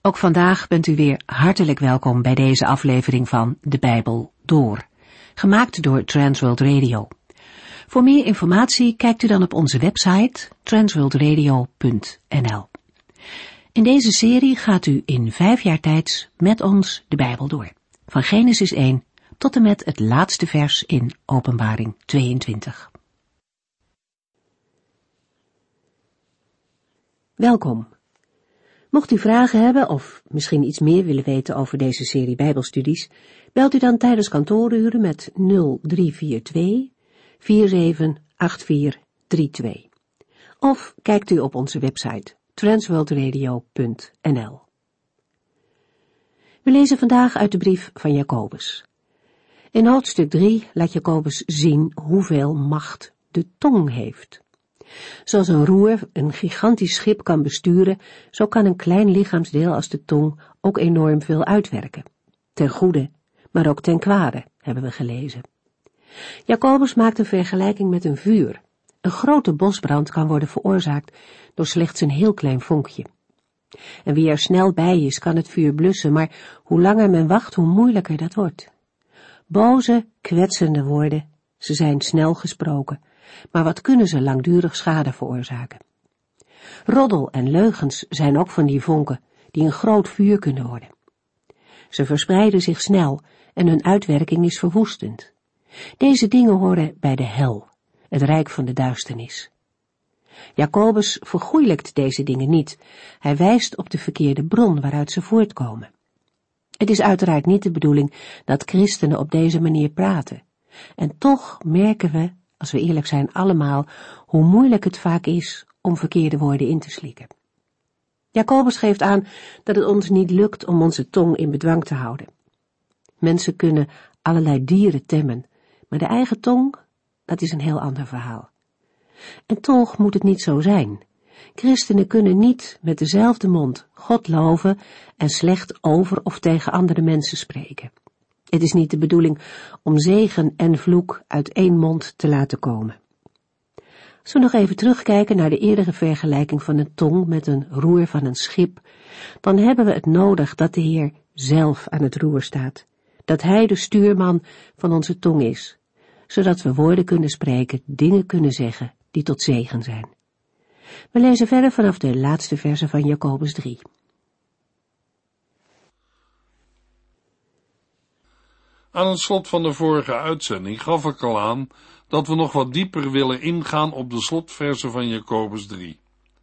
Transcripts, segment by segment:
Ook vandaag bent u weer hartelijk welkom bij deze aflevering van De Bijbel Door, gemaakt door Transworld Radio. Voor meer informatie kijkt u dan op onze website transworldradio.nl. In deze serie gaat u in 5 jaar tijd met ons de Bijbel door, van Genesis 1 tot en met het laatste vers in Openbaring 22. Welkom. Mocht u vragen hebben of misschien iets meer willen weten over deze serie Bijbelstudies, belt u dan tijdens kantooruren met 0342 478432. Of kijkt u op onze website transworldradio.nl. We lezen vandaag uit de brief van Jacobus. In hoofdstuk 3 laat Jacobus zien hoeveel macht de tong heeft. Zoals een roer een gigantisch schip kan besturen, zo kan een klein lichaamsdeel als de tong ook enorm veel uitwerken. Ten goede, maar ook ten kwade, hebben we gelezen. Jacobus maakt een vergelijking met een vuur. Een grote bosbrand kan worden veroorzaakt door slechts een heel klein vonkje. En wie er snel bij is, kan het vuur blussen, maar hoe langer men wacht, hoe moeilijker dat wordt. Boze, kwetsende woorden, ze zijn snel gesproken, maar wat kunnen ze langdurig schade veroorzaken? Roddel en leugens zijn ook van die vonken, die een groot vuur kunnen worden. Ze verspreiden zich snel en hun uitwerking is verwoestend. Deze dingen horen bij de hel, het rijk van de duisternis. Jacobus vergoeilijkt deze dingen niet. Hij wijst op de verkeerde bron waaruit ze voortkomen. Het is uiteraard niet de bedoeling dat christenen op deze manier praten. En toch merken we, als we eerlijk zijn allemaal, hoe moeilijk het vaak is om verkeerde woorden in te slikken. Jacobus geeft aan dat het ons niet lukt om onze tong in bedwang te houden. Mensen kunnen allerlei dieren temmen, maar de eigen tong, dat is een heel ander verhaal. En toch moet het niet zo zijn. Christenen kunnen niet met dezelfde mond God loven en slecht over of tegen andere mensen spreken. Het is niet de bedoeling om zegen en vloek uit één mond te laten komen. Als we nog even terugkijken naar de eerdere vergelijking van een tong met een roer van een schip, dan hebben we het nodig dat de Heer zelf aan het roer staat, dat Hij de stuurman van onze tong is, zodat we woorden kunnen spreken, dingen kunnen zeggen die tot zegen zijn. We lezen verder vanaf de laatste versen van Jacobus 3. Aan het slot van de vorige uitzending gaf ik al aan dat we nog wat dieper willen ingaan op de slotversen van Jacobus 3.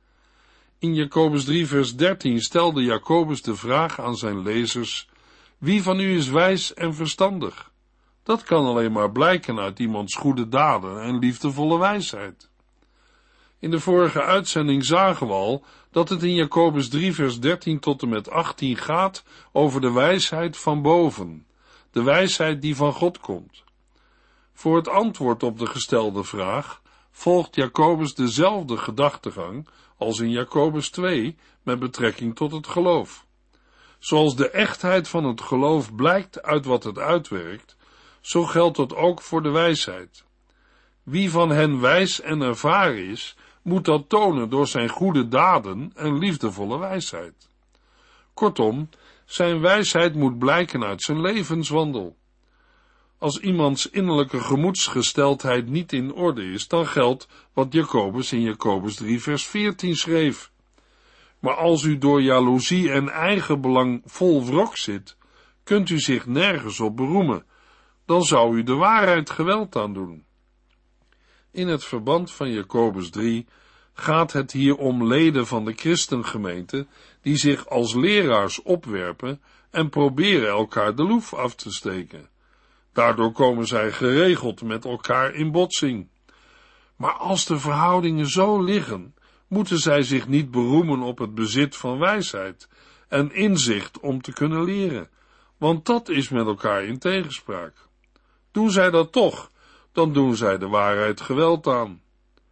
In Jacobus 3 vers 13 stelde Jacobus de vraag aan zijn lezers: wie van u is wijs en verstandig? Dat kan alleen maar blijken uit iemands goede daden en liefdevolle wijsheid. In de vorige uitzending zagen we al dat het in Jacobus 3 vers 13 tot en met 18 gaat over de wijsheid van boven, de wijsheid die van God komt. Voor het antwoord op de gestelde vraag volgt Jacobus dezelfde gedachtegang als in Jacobus 2 met betrekking tot het geloof. Zoals de echtheid van het geloof blijkt uit wat het uitwerkt, zo geldt dat ook voor de wijsheid. Wie van hen wijs en ervaren is, moet dat tonen door zijn goede daden en liefdevolle wijsheid. Kortom, zijn wijsheid moet blijken uit zijn levenswandel. Als iemands innerlijke gemoedsgesteldheid niet in orde is, dan geldt wat Jacobus in Jacobus 3 vers 14 schreef. Maar als u door jaloezie en eigenbelang vol wrok zit, kunt u zich nergens op beroemen, dan zou u de waarheid geweld aandoen. In het verband van Jacobus 3 gaat het hier om leden van de christengemeente die zich als leraars opwerpen en proberen elkaar de loef af te steken. Daardoor komen zij geregeld met elkaar in botsing. Maar als de verhoudingen zo liggen, moeten zij zich niet beroemen op het bezit van wijsheid en inzicht om te kunnen leren, want dat is met elkaar in tegenspraak. Doen zij dat toch, dan doen zij de waarheid geweld aan.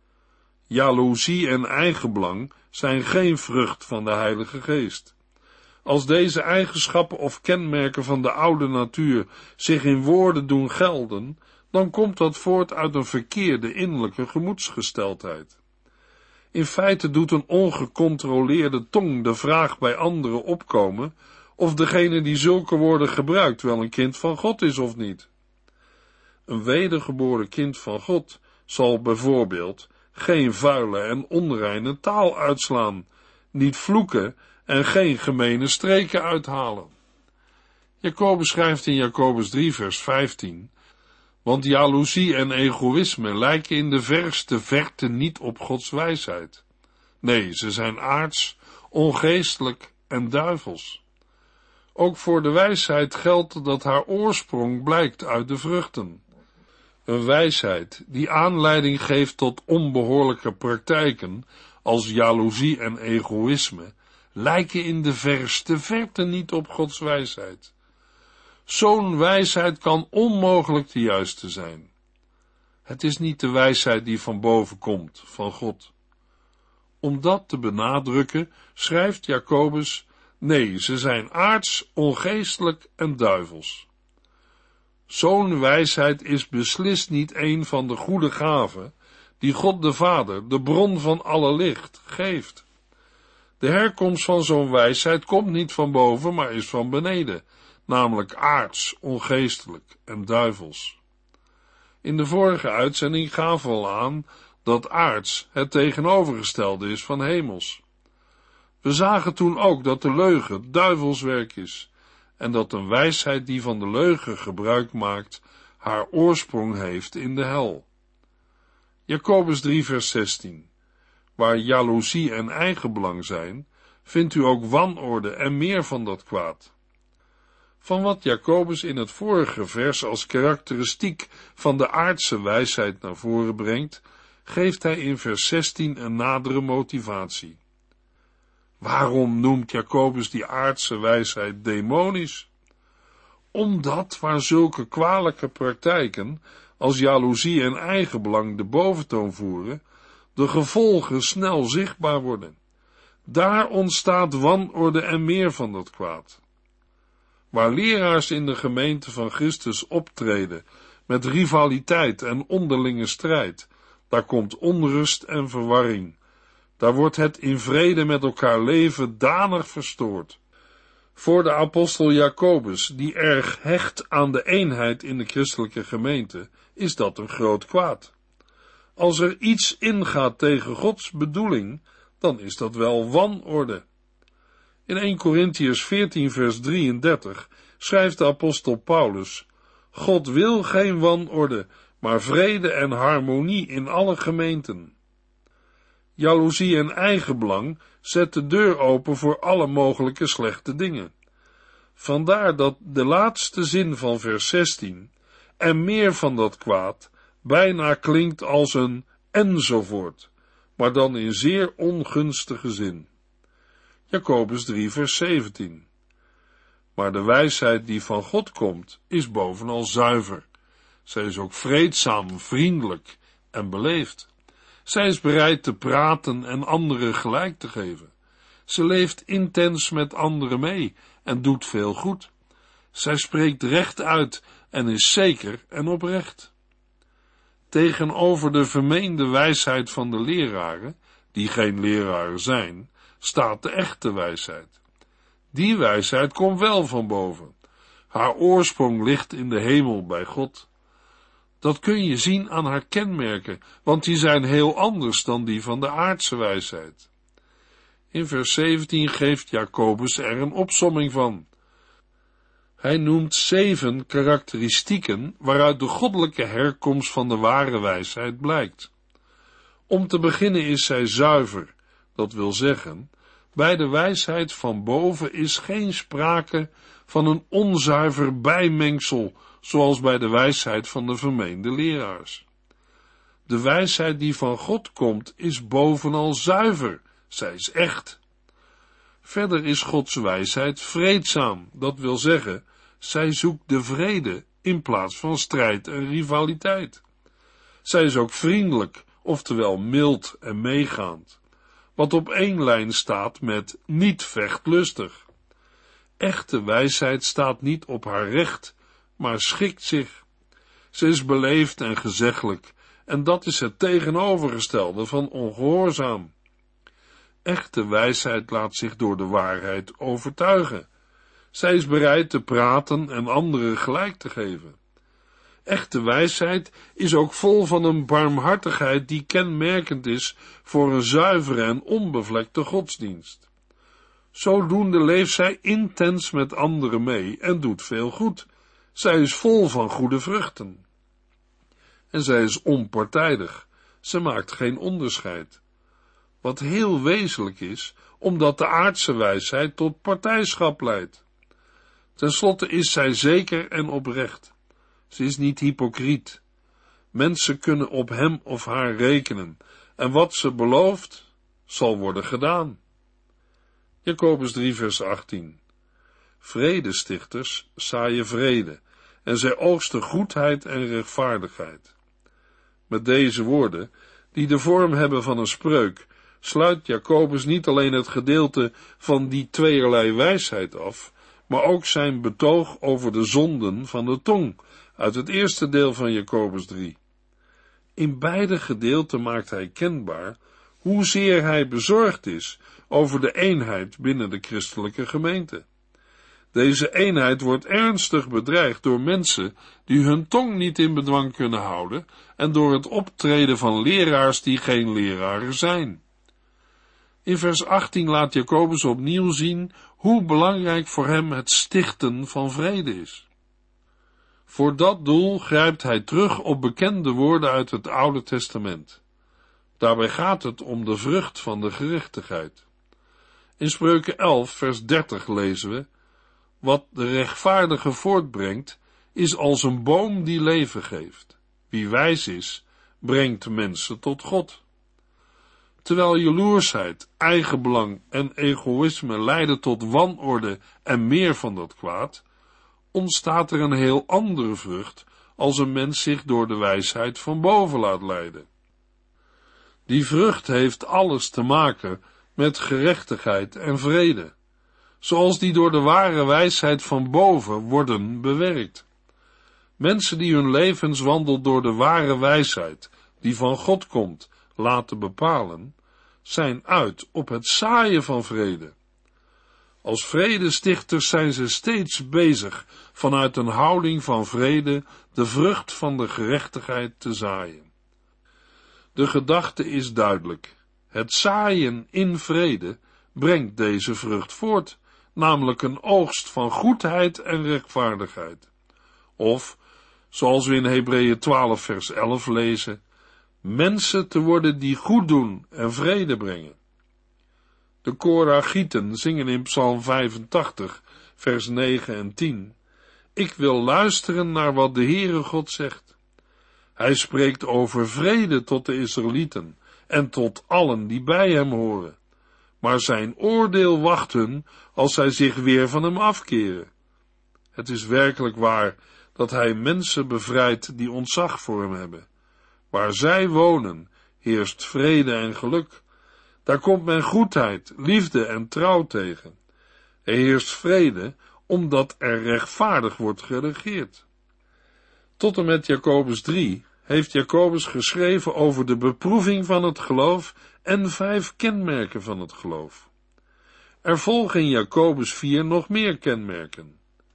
Jaloezie en eigenbelang zijn geen vrucht van de Heilige Geest. Als deze eigenschappen of kenmerken van de oude natuur zich in woorden doen gelden, dan komt dat voort uit een verkeerde innerlijke gemoedsgesteldheid. In feite doet een ongecontroleerde tong de vraag bij anderen opkomen of degene die zulke woorden gebruikt wel een kind van God is of niet. Een wedergeboren kind van God zal bijvoorbeeld geen vuile en onreine taal uitslaan, niet vloeken en geen gemene streken uithalen. Jacobus schrijft in Jacobus 3 vers 15, want jaloezie en egoïsme lijken in de verste verte niet op Gods wijsheid. Nee, ze zijn aards, ongeestelijk en duivels. Ook voor de wijsheid geldt dat haar oorsprong blijkt uit de vruchten. Een wijsheid die aanleiding geeft tot onbehoorlijke praktijken als jaloezie en egoïsme, lijken in de verste verte niet op Gods wijsheid. Zo'n wijsheid kan onmogelijk de juiste zijn. Het is niet de wijsheid die van boven komt, van God. Om dat te benadrukken, schrijft Jacobus, nee, ze zijn aards, ongeestelijk en duivels. Zo'n wijsheid is beslist niet een van de goede gaven die God de Vader, de bron van alle licht, geeft. De herkomst van zo'n wijsheid komt niet van boven, maar is van beneden, namelijk aards, ongeestelijk en duivels. In de vorige uitzending gaven we al aan dat aards het tegenovergestelde is van hemels. We zagen toen ook dat de leugen duivelswerk is en dat een wijsheid die van de leugen gebruik maakt, haar oorsprong heeft in de hel. Jacobus 3 vers 16. Waar jaloezie en eigenbelang zijn, vindt u ook wanorde en meer van dat kwaad. Van wat Jacobus in het vorige vers als karakteristiek van de aardse wijsheid naar voren brengt, geeft hij in vers 16 een nadere motivatie. Waarom noemt Jacobus die aardse wijsheid demonisch? Omdat waar zulke kwalijke praktijken als jaloezie en eigenbelang de boventoon voeren, de gevolgen snel zichtbaar worden. Daar ontstaat wanorde en meer van dat kwaad. Waar leraars in de gemeente van Christus optreden met rivaliteit en onderlinge strijd, daar komt onrust en verwarring. Daar wordt het in vrede met elkaar leven danig verstoord. Voor de apostel Jacobus, die erg hecht aan de eenheid in de christelijke gemeente, is dat een groot kwaad. Als er iets ingaat tegen Gods bedoeling, dan is dat wel wanorde. In 1 Korintiërs 14 vers 33 schrijft de apostel Paulus, God wil geen wanorde, maar vrede en harmonie in alle gemeenten. Jaloezie en eigenbelang zet de deur open voor alle mogelijke slechte dingen. Vandaar dat de laatste zin van vers 16, en meer van dat kwaad, bijna klinkt als een enzovoort, maar dan in zeer ongunstige zin. Jacobus 3 vers 17. Maar de wijsheid die van God komt, is bovenal zuiver. Zij is ook vreedzaam, vriendelijk en beleefd. Zij is bereid te praten en anderen gelijk te geven. Ze leeft intens met anderen mee en doet veel goed. Zij spreekt recht uit en is zeker en oprecht. Tegenover de vermeende wijsheid van de leraren, die geen leraren zijn, staat de echte wijsheid. Die wijsheid komt wel van boven. Haar oorsprong ligt in de hemel bij God. Dat kun je zien aan haar kenmerken, want die zijn heel anders dan die van de aardse wijsheid. In vers 17 geeft Jacobus er een opsomming van. Hij noemt 7 karakteristieken waaruit de goddelijke herkomst van de ware wijsheid blijkt. Om te beginnen is zij zuiver, dat wil zeggen, bij de wijsheid van boven is geen sprake van een onzuiver bijmengsel, zoals bij de wijsheid van de vermeende leraars. De wijsheid die van God komt, is bovenal zuiver, zij is echt. Verder is Gods wijsheid vreedzaam, dat wil zeggen, zij zoekt de vrede in plaats van strijd en rivaliteit. Zij is ook vriendelijk, oftewel mild en meegaand, wat op één lijn staat met niet vechtlustig. Echte wijsheid staat niet op haar recht, maar schikt zich. Ze is beleefd en gezeggelijk, en dat is het tegenovergestelde van ongehoorzaam. Echte wijsheid laat zich door de waarheid overtuigen. Zij is bereid te praten en anderen gelijk te geven. Echte wijsheid is ook vol van een barmhartigheid die kenmerkend is voor een zuivere en onbevlekte godsdienst. Zodoende leeft zij intens met anderen mee en doet veel goed. Zij is vol van goede vruchten. En zij is onpartijdig. Ze maakt geen onderscheid. Wat heel wezenlijk is, omdat de aardse wijsheid tot partijschap leidt. Ten slotte is zij zeker en oprecht. Ze is niet hypocriet. Mensen kunnen op hem of haar rekenen, en wat ze belooft, zal worden gedaan. Jacobus 3 vers 18. Vredestichters zaaien vrede, en zij oogsten goedheid en rechtvaardigheid. Met deze woorden, die de vorm hebben van een spreuk, sluit Jacobus niet alleen het gedeelte van die tweeërlei wijsheid af, maar ook zijn betoog over de zonden van de tong, uit het eerste deel van Jacobus 3. In beide gedeelten maakt hij kenbaar hoezeer hij bezorgd is over de eenheid binnen de christelijke gemeente. Deze eenheid wordt ernstig bedreigd door mensen die hun tong niet in bedwang kunnen houden en door het optreden van leraars die geen leraren zijn. In vers 18 laat Jacobus opnieuw zien hoe belangrijk voor hem het stichten van vrede is. Voor dat doel grijpt hij terug op bekende woorden uit het Oude Testament. Daarbij gaat het om de vrucht van de gerechtigheid. In Spreuken 11 vers 30 lezen we: wat de rechtvaardige voortbrengt, is als een boom die leven geeft. Wie wijs is, brengt mensen tot God. Terwijl jaloersheid, eigenbelang en egoïsme leiden tot wanorde en meer van dat kwaad, ontstaat er een heel andere vrucht als een mens zich door de wijsheid van boven laat leiden. Die vrucht heeft alles te maken met gerechtigheid en vrede, zoals die door de ware wijsheid van boven worden bewerkt. Mensen die hun levenswandel door de ware wijsheid, die van God komt, laten bepalen, zijn uit op het zaaien van vrede. Als vredestichters zijn ze steeds bezig vanuit een houding van vrede de vrucht van de gerechtigheid te zaaien. De gedachte is duidelijk. Het zaaien in vrede brengt deze vrucht voort, namelijk een oogst van goedheid en rechtvaardigheid. Of, zoals we in Hebreeën 12 vers 11 lezen, mensen te worden die goed doen en vrede brengen. De Korachieten zingen in Psalm 85 vers 9 en 10: ik wil luisteren naar wat de Heere God zegt. Hij spreekt over vrede tot de Israëlieten en tot allen die bij hem horen. Maar zijn oordeel wacht hun als zij zich weer van hem afkeren. Het is werkelijk waar dat hij mensen bevrijdt die ontzag voor hem hebben. Waar zij wonen, heerst vrede en geluk. Daar komt men goedheid, liefde en trouw tegen. Er heerst vrede, omdat er rechtvaardig wordt geregeerd. Tot en met Jacobus 3 heeft Jacobus geschreven over de beproeving van het geloof en 5 kenmerken van het geloof. Er volgen in Jacobus 4 nog meer kenmerken.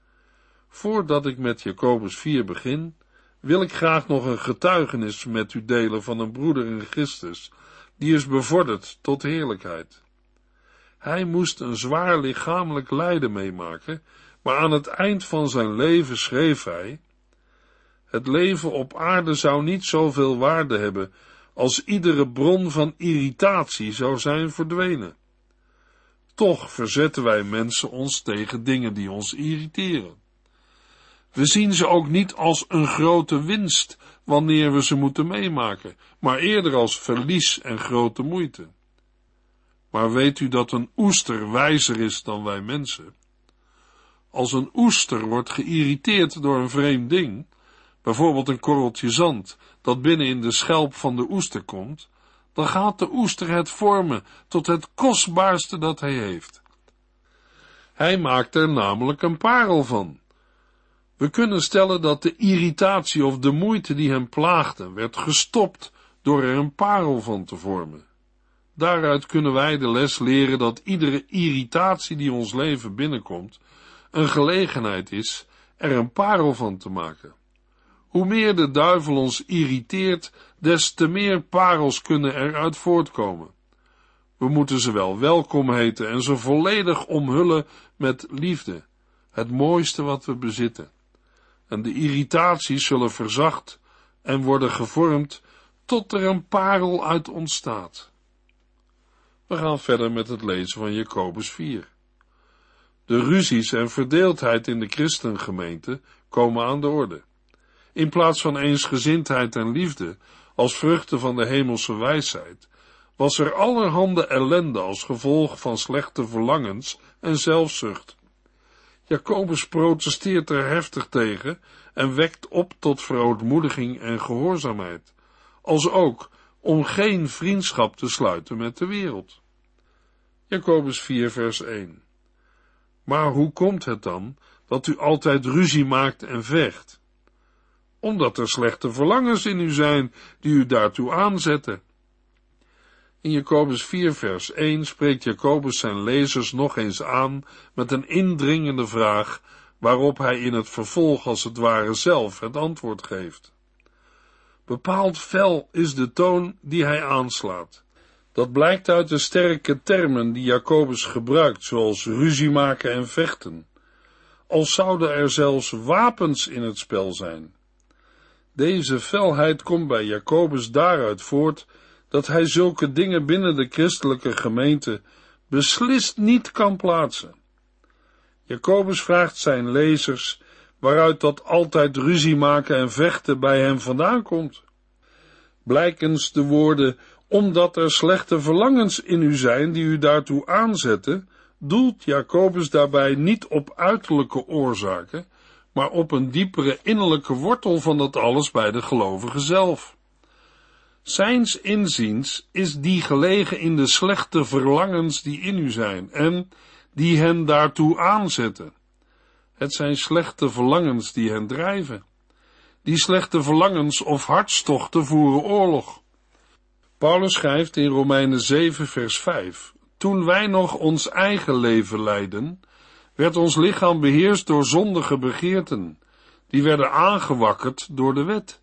Voordat ik met Jacobus 4 begin, wil ik graag nog een getuigenis met u delen van een broeder in Christus, die is bevorderd tot heerlijkheid. Hij moest een zwaar lichamelijk lijden meemaken, maar aan het eind van zijn leven schreef hij: het leven op aarde zou niet zoveel waarde hebben als iedere bron van irritatie zou zijn verdwenen. Toch verzetten wij mensen ons tegen dingen die ons irriteren. We zien ze ook niet als een grote winst wanneer we ze moeten meemaken, maar eerder als verlies en grote moeite. Maar weet u dat een oester wijzer is dan wij mensen? Als een oester wordt geïrriteerd door een vreemd ding, bijvoorbeeld een korreltje zand dat binnen in de schelp van de oester komt, dan gaat de oester het vormen tot het kostbaarste dat hij heeft. Hij maakt er namelijk een parel van. We kunnen stellen dat de irritatie of de moeite die hem plaagde werd gestopt door er een parel van te vormen. Daaruit kunnen wij de les leren dat iedere irritatie die ons leven binnenkomt, een gelegenheid is er een parel van te maken. Hoe meer de duivel ons irriteert, des te meer parels kunnen eruit voortkomen. We moeten ze wel welkom heten en ze volledig omhullen met liefde, het mooiste wat we bezitten. En de irritaties zullen verzacht en worden gevormd tot er een parel uit ontstaat. We gaan verder met het lezen van Jacobus 4. De ruzies en verdeeldheid in de christengemeente komen aan de orde. In plaats van eensgezindheid en liefde als vruchten van de hemelse wijsheid, was er allerhande ellende als gevolg van slechte verlangens en zelfzucht. Jacobus protesteert er heftig tegen en wekt op tot verootmoediging en gehoorzaamheid, als ook om geen vriendschap te sluiten met de wereld. Jacobus 4 vers 1. Maar hoe komt het dan dat u altijd ruzie maakt en vecht? Omdat er slechte verlangens in u zijn die u daartoe aanzetten. In Jacobus 4 vers 1 spreekt Jacobus zijn lezers nog eens aan met een indringende vraag, waarop hij in het vervolg als het ware zelf het antwoord geeft. Bepaald fel is de toon die hij aanslaat. Dat blijkt uit de sterke termen die Jacobus gebruikt, zoals ruzie maken en vechten. Als zouden er zelfs wapens in het spel zijn. Deze felheid komt bij Jacobus daaruit voort dat hij zulke dingen binnen de christelijke gemeente beslist niet kan plaatsen. Jacobus vraagt zijn lezers waaruit dat altijd ruzie maken en vechten bij hem vandaan komt. Blijkens de woorden, omdat er slechte verlangens in u zijn die u daartoe aanzetten, doelt Jacobus daarbij niet op uiterlijke oorzaken, maar op een diepere innerlijke wortel van dat alles bij de gelovige zelf. Zijns inziens is die gelegen in de slechte verlangens die in u zijn en die hen daartoe aanzetten. Het zijn slechte verlangens die hen drijven. Die slechte verlangens of hartstochten voeren oorlog. Paulus schrijft in Romeinen 7 vers 5, toen wij nog ons eigen leven leidden, werd ons lichaam beheerst door zondige begeerten, die werden aangewakkerd door de wet.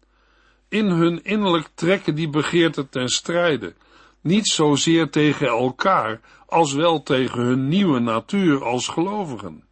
In hun innerlijk trekken die begeerten ten strijde, niet zozeer tegen elkaar, als wel tegen hun nieuwe natuur als gelovigen.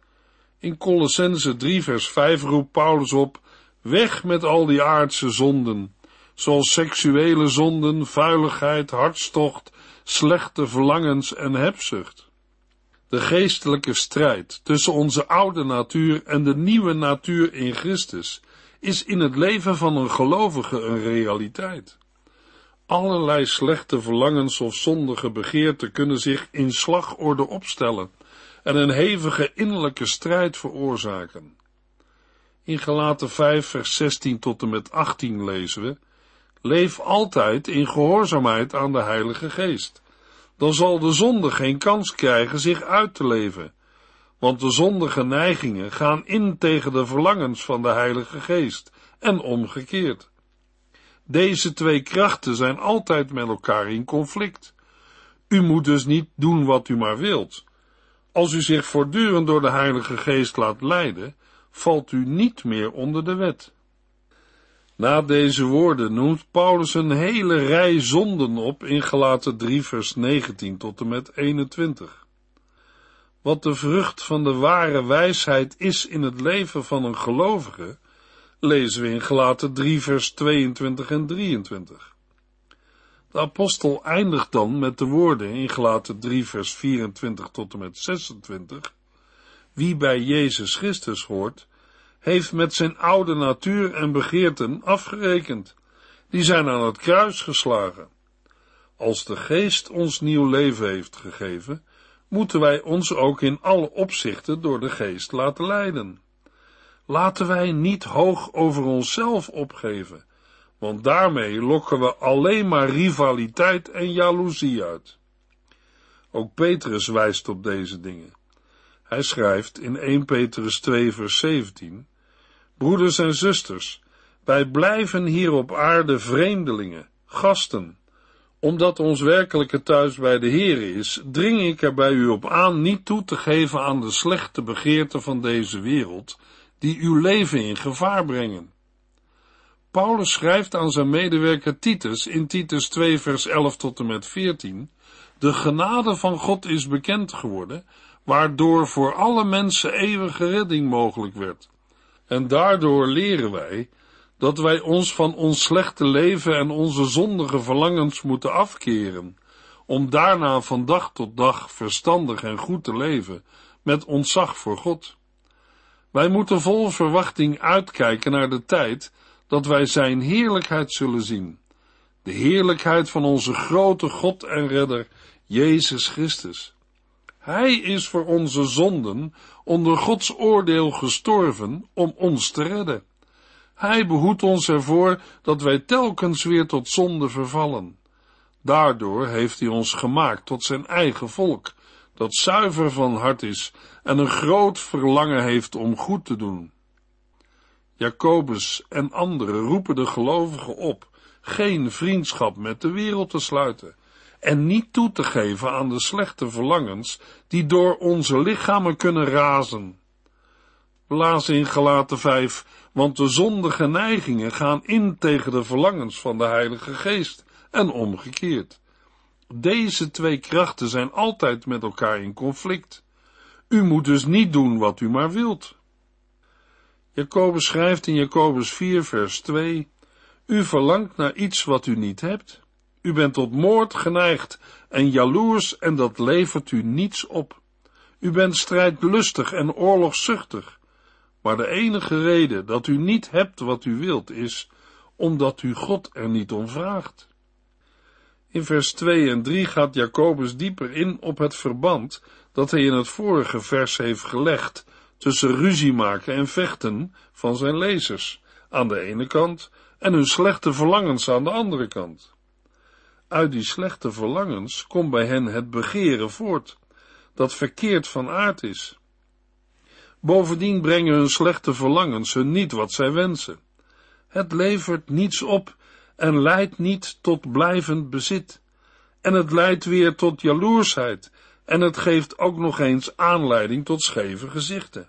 In Kolossenzen 3 vers 5 roept Paulus op, weg met al die aardse zonden, zoals seksuele zonden, vuiligheid, hartstocht, slechte verlangens en hebzucht. De geestelijke strijd tussen onze oude natuur en de nieuwe natuur in Christus is in het leven van een gelovige een realiteit. Allerlei slechte verlangens of zondige begeerten kunnen zich in slagorde opstellen en een hevige innerlijke strijd veroorzaken. In Galaten 5 vers 16 tot en met 18 lezen we, leef altijd in gehoorzaamheid aan de Heilige Geest. Dan zal de zonde geen kans krijgen zich uit te leven, want de zondige neigingen gaan in tegen de verlangens van de Heilige Geest en omgekeerd. Deze twee krachten zijn altijd met elkaar in conflict. U moet dus niet doen wat u maar wilt. Als u zich voortdurend door de Heilige Geest laat leiden, valt u niet meer onder de wet. Na deze woorden noemt Paulus een hele rij zonden op in Galaten 3 vers 19 tot en met 21. Wat de vrucht van de ware wijsheid is in het leven van een gelovige, lezen we in Galaten 3 vers 22 en 23. De apostel eindigt dan met de woorden in Galaten 3 vers 24 tot en met 26. Wie bij Jezus Christus hoort, heeft met zijn oude natuur en begeerten afgerekend. Die zijn aan het kruis geslagen. Als de Geest ons nieuw leven heeft gegeven, moeten wij ons ook in alle opzichten door de Geest laten leiden. Laten wij niet hoog over onszelf opgeven, want daarmee lokken we alleen maar rivaliteit en jaloezie uit. Ook Petrus wijst op deze dingen. Hij schrijft in 1 Petrus 2 vers 17, broeders en zusters, wij blijven hier op aarde vreemdelingen, gasten, Omdat ons werkelijke thuis bij de Heere is, dring ik er bij u op aan niet toe te geven aan de slechte begeerten van deze wereld, die uw leven in gevaar brengen. Paulus schrijft aan zijn medewerker Titus in Titus 2 vers 11 tot en met 14, de genade van God is bekend geworden, waardoor voor alle mensen eeuwige redding mogelijk werd. En daardoor leren wij dat wij ons van ons slechte leven en onze zondige verlangens moeten afkeren, om daarna van dag tot dag verstandig en goed te leven, met ontzag voor God. Wij moeten vol verwachting uitkijken naar de tijd dat wij zijn heerlijkheid zullen zien, de heerlijkheid van onze grote God en Redder, Jezus Christus. Hij is voor onze zonden onder Gods oordeel gestorven om ons te redden. Hij behoedt ons ervoor dat wij telkens weer tot zonde vervallen. Daardoor heeft hij ons gemaakt tot zijn eigen volk, dat zuiver van hart is en een groot verlangen heeft om goed te doen. Jacobus en anderen roepen de gelovigen op geen vriendschap met de wereld te sluiten en niet toe te geven aan de slechte verlangens die door onze lichamen kunnen razen. We lazen in Galaten 5, want de zondige neigingen gaan in tegen de verlangens van de Heilige Geest en omgekeerd. Deze twee krachten zijn altijd met elkaar in conflict. U moet dus niet doen wat u maar wilt. Jacobus schrijft in Jacobus 4 vers 2, u verlangt naar iets wat u niet hebt. U bent tot moord geneigd en jaloers en dat levert u niets op. U bent strijdlustig en oorlogzuchtig. Maar de enige reden dat u niet hebt wat u wilt is, omdat u God er niet om vraagt. In vers 2 en 3 gaat Jacobus dieper in op het verband dat hij in het vorige vers heeft gelegd tussen ruzie maken en vechten van zijn lezers aan de ene kant en hun slechte verlangens aan de andere kant. Uit die slechte verlangens komt bij hen het begeren voort, dat verkeerd van aard is. Bovendien brengen hun slechte verlangens hun niet wat zij wensen. Het levert niets op en leidt niet tot blijvend bezit. En het leidt weer tot jaloersheid en het geeft ook nog eens aanleiding tot scheve gezichten.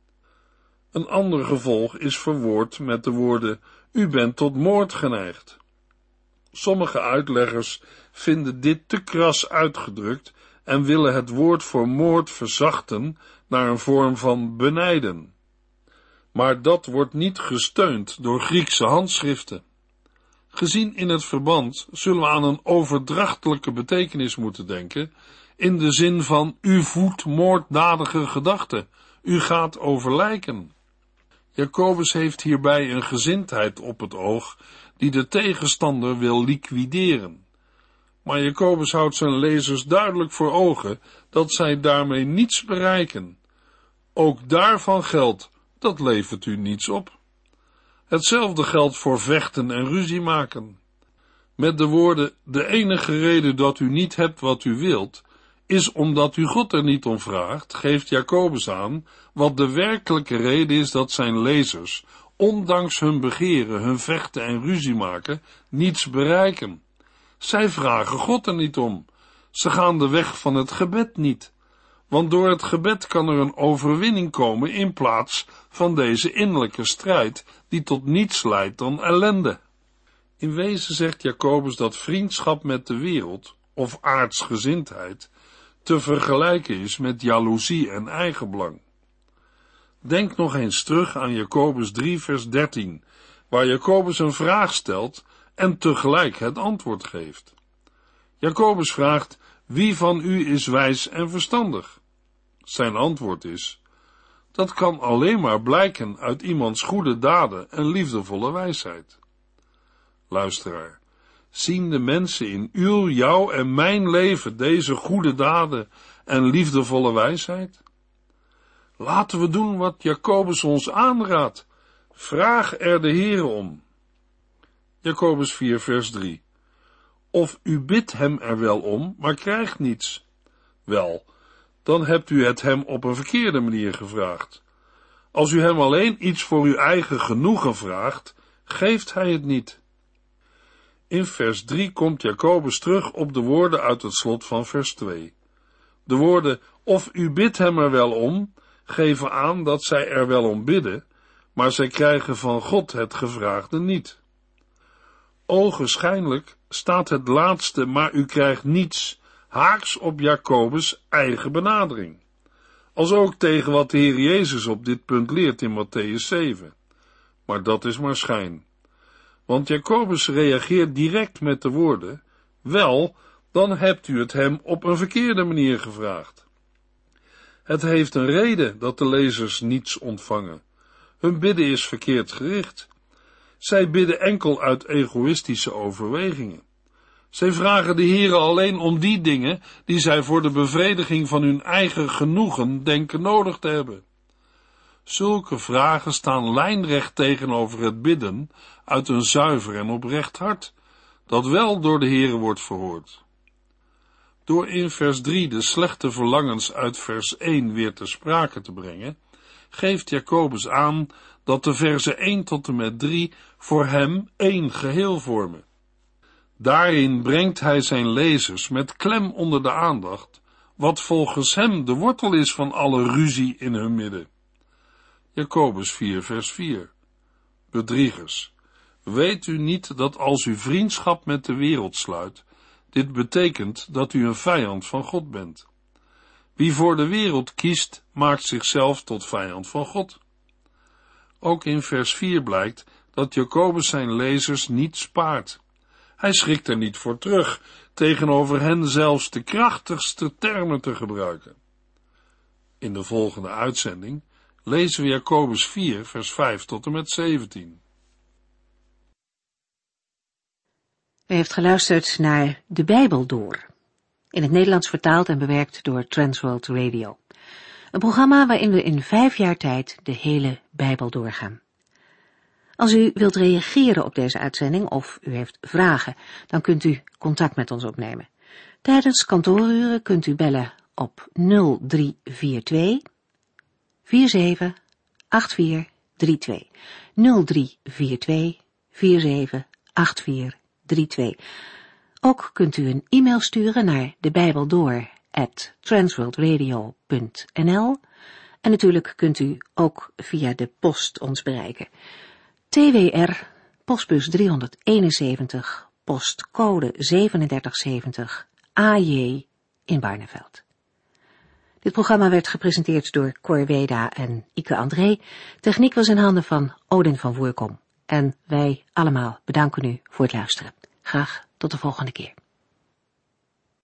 Een ander gevolg is verwoord met de woorden, u bent tot moord geneigd. Sommige uitleggers vinden dit te kras uitgedrukt en willen het woord voor moord verzachten naar een vorm van benijden. Maar dat wordt niet gesteund door Griekse handschriften. Gezien in het verband zullen we aan een overdrachtelijke betekenis moeten denken, in de zin van u voedt moorddadige gedachten, u gaat over lijken. Jacobus heeft hierbij een gezindheid op het oog die de tegenstander wil liquideren. Maar Jacobus houdt zijn lezers duidelijk voor ogen dat zij daarmee niets bereiken. Ook daarvan geldt, dat levert u niets op. Hetzelfde geldt voor vechten en ruzie maken. Met de woorden, de enige reden dat u niet hebt wat u wilt, is omdat u God er niet om vraagt, geeft Jacobus aan wat de werkelijke reden is dat zijn lezers, ondanks hun begeren, hun vechten en ruzie maken, niets bereiken. Zij vragen God er niet om. Ze gaan de weg van het gebed niet. Want door het gebed kan er een overwinning komen in plaats van deze innerlijke strijd die tot niets leidt dan ellende. In wezen zegt Jacobus dat vriendschap met de wereld, of aardsgezindheid, te vergelijken is met jaloezie en eigenbelang. Denk nog eens terug aan Jacobus 3 vers 13, waar Jacobus een vraag stelt en tegelijk het antwoord geeft. Jacobus vraagt, wie van u is wijs en verstandig? Zijn antwoord is, dat kan alleen maar blijken uit iemands goede daden en liefdevolle wijsheid. Luisteraar, zien de mensen in uw, jouw en mijn leven deze goede daden en liefdevolle wijsheid? Laten we doen wat Jacobus ons aanraadt. Vraag er de Heere om. Jacobus 4 vers 3. Of u bidt hem er wel om, maar krijgt niets. Wel, dan hebt u het hem op een verkeerde manier gevraagd. Als u hem alleen iets voor uw eigen genoegen vraagt, geeft hij het niet. In vers 3 komt Jacobus terug op de woorden uit het slot van vers 2. De woorden, of u bidt hem er wel om, geven aan dat zij er wel om bidden, maar zij krijgen van God het gevraagde niet. Ogenschijnlijk staat het laatste, maar u krijgt niets, haaks op Jacobus' eigen benadering. Als ook tegen wat de Heer Jezus op dit punt leert in Mattheüs 7. Maar dat is maar schijn. Want Jacobus reageert direct met de woorden, wel, dan hebt u het hem op een verkeerde manier gevraagd. Het heeft een reden dat de lezers niets ontvangen. Hun bidden is verkeerd gericht. Zij bidden enkel uit egoïstische overwegingen. Zij vragen de Heere alleen om die dingen die zij voor de bevrediging van hun eigen genoegen denken nodig te hebben. Zulke vragen staan lijnrecht tegenover het bidden uit een zuiver en oprecht hart, dat wel door de Heere wordt verhoord. Door in vers 3 de slechte verlangens uit vers 1 weer ter sprake te brengen, geeft Jacobus aan dat de verzen 1 tot en met 3 voor hem één geheel vormen. Daarin brengt hij zijn lezers met klem onder de aandacht, wat volgens hem de wortel is van alle ruzie in hun midden. Jacobus 4 vers 4. Bedriegers, weet u niet dat als u vriendschap met de wereld sluit, dit betekent dat u een vijand van God bent? Wie voor de wereld kiest, maakt zichzelf tot vijand van God. Ook in vers 4 blijkt dat Jacobus zijn lezers niet spaart. Hij schrikt er niet voor terug, tegenover hen zelfs de krachtigste termen te gebruiken. In de volgende uitzending lezen we Jacobus 4, vers 5 tot en met 17. U heeft geluisterd naar De Bijbel Door, in het Nederlands vertaald en bewerkt door Transworld Radio. Een programma waarin we in 5 jaar tijd de hele Bijbel doorgaan. Als u wilt reageren op deze uitzending of u heeft vragen, dan kunt u contact met ons opnemen. Tijdens kantooruren kunt u bellen op 0342 478432. 0342 478432. Ook kunt u een e-mail sturen naar debijbeldoor@transworldradio.nl en natuurlijk kunt u ook via de post ons bereiken. TWR, postbus 371, postcode 3770, AJ in Barneveld. Dit programma werd gepresenteerd door Cor Weda en Ike André. Techniek was in handen van Odin van Voerkom. En wij allemaal bedanken u voor het luisteren. Graag tot de volgende keer.